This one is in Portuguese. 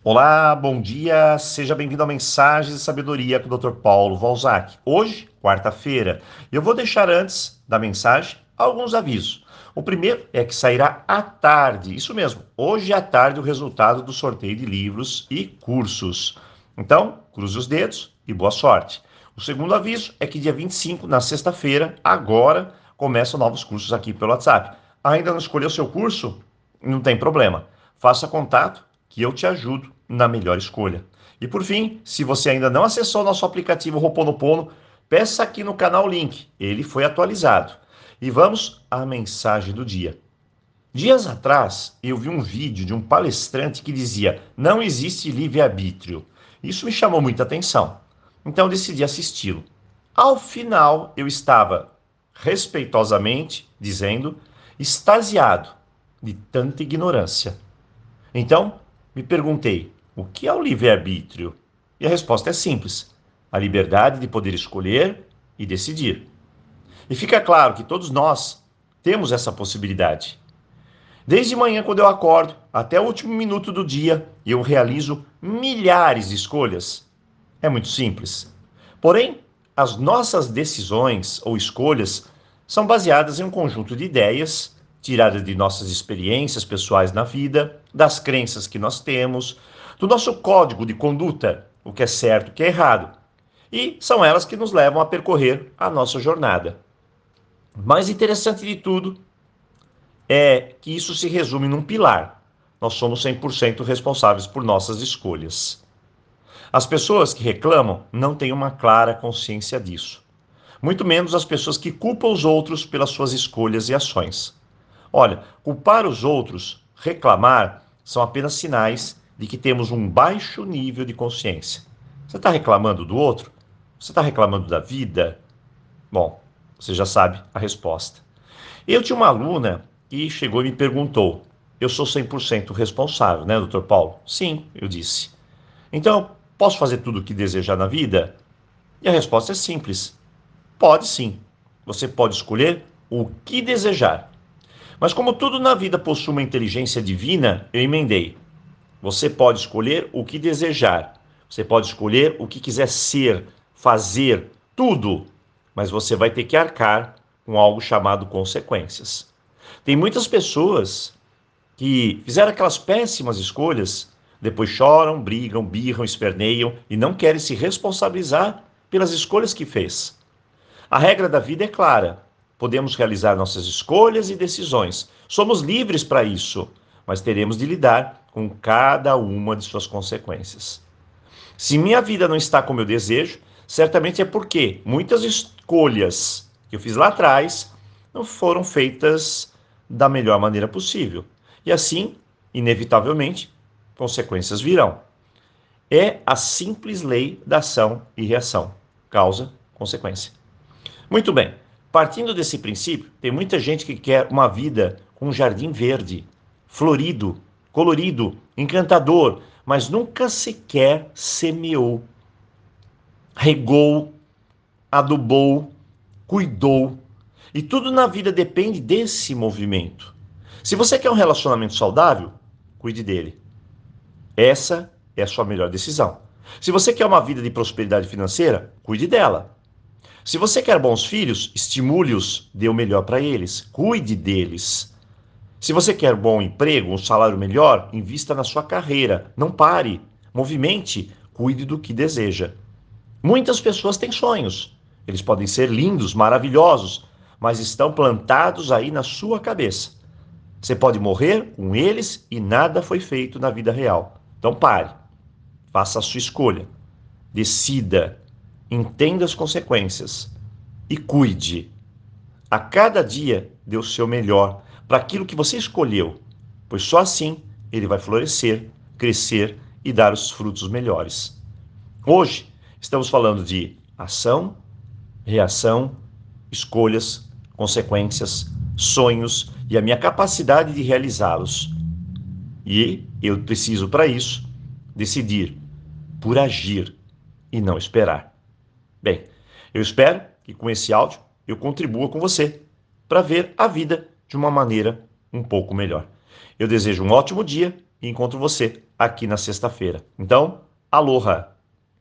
Olá, bom dia, seja bem-vindo a Mensagens de Sabedoria com o Dr. Paulo Valzac. Hoje, quarta-feira, eu vou deixar antes da mensagem alguns avisos. O primeiro é que sairá à tarde, isso mesmo, hoje à tarde o resultado do sorteio de livros e cursos. Então, cruze os dedos e boa sorte. O segundo aviso é que dia 25, na sexta-feira, agora, começam novos cursos aqui pelo WhatsApp. Ainda não escolheu seu curso? Não tem problema. Faça contato que eu te ajudo na melhor escolha. E por fim, se você ainda não acessou nosso aplicativo Ho'oponopono, peça aqui no canal o link, ele foi atualizado. E vamos à mensagem do dia. Dias atrás, eu vi um vídeo de um palestrante que dizia: não existe livre-arbítrio. Isso me chamou muita atenção, então decidi assisti-lo. Ao final, eu estava, respeitosamente, dizendo, extasiado de tanta ignorância. Então, me perguntei: o que é o livre-arbítrio? E a resposta é simples: a liberdade de poder escolher e decidir. E fica claro que todos nós temos essa possibilidade. Desde manhã, quando eu acordo, até o último minuto do dia, eu realizo milhares de escolhas. É muito simples. Porém, as nossas decisões ou escolhas são baseadas em um conjunto de ideias tiradas de nossas experiências pessoais na vida, das crenças que nós temos, do nosso código de conduta, o que é certo, o que é errado. E são elas que nos levam a percorrer a nossa jornada. O mais interessante de tudo é que isso se resume num pilar. Nós somos 100% responsáveis por nossas escolhas. As pessoas que reclamam não têm uma clara consciência disso. Muito menos as pessoas que culpam os outros pelas suas escolhas e ações. Olha, culpar os outros, reclamar, são apenas sinais de que temos um baixo nível de consciência. Você está reclamando do outro? Você está reclamando da vida? Bom, você já sabe a resposta. Eu tinha uma aluna que chegou e me perguntou: eu sou 100% responsável, né, doutor Paulo? Sim, eu disse. Então, posso fazer tudo o que desejar na vida? E a resposta é simples: pode sim. Você pode escolher o que desejar. Mas como tudo na vida possui uma inteligência divina, eu emendei: você pode escolher o que desejar. Você pode escolher o que quiser ser, fazer, tudo. Mas você vai ter que arcar com algo chamado consequências. Tem muitas pessoas que fizeram aquelas péssimas escolhas, depois choram, brigam, birram, esperneiam e não querem se responsabilizar pelas escolhas que fez. A regra da vida é clara. Podemos realizar nossas escolhas e decisões. Somos livres para isso, mas teremos de lidar com cada uma de suas consequências. Se minha vida não está como eu desejo, certamente é porque muitas escolhas que eu fiz lá atrás não foram feitas da melhor maneira possível. E assim, inevitavelmente, consequências virão. É a simples lei da ação e reação. Causa, consequência. Muito bem. Partindo desse princípio, tem muita gente que quer uma vida com um jardim verde, florido, colorido, encantador, mas nunca sequer semeou, regou, adubou, cuidou. E tudo na vida depende desse movimento. Se você quer um relacionamento saudável, cuide dele. Essa é a sua melhor decisão. Se você quer uma vida de prosperidade financeira, cuide dela. Se você quer bons filhos, estimule-os, dê o melhor para eles, cuide deles. Se você quer um bom emprego, um salário melhor, invista na sua carreira, não pare, movimente, cuide do que deseja. Muitas pessoas têm sonhos, eles podem ser lindos, maravilhosos, mas estão plantados aí na sua cabeça. Você pode morrer com eles e nada foi feito na vida real. Então pare, faça a sua escolha, decida, entenda as consequências e cuide. A cada dia dê o seu melhor para aquilo que você escolheu, pois só assim ele vai florescer, crescer e dar os frutos melhores. Hoje estamos falando de ação, reação, escolhas, consequências, sonhos e a minha capacidade de realizá-los. E eu preciso, para isso, decidir por agir e não esperar. Bem, eu espero que com esse áudio eu contribua com você para ver a vida de uma maneira um pouco melhor. Eu desejo um ótimo dia e encontro você aqui na sexta-feira. Então, aloha!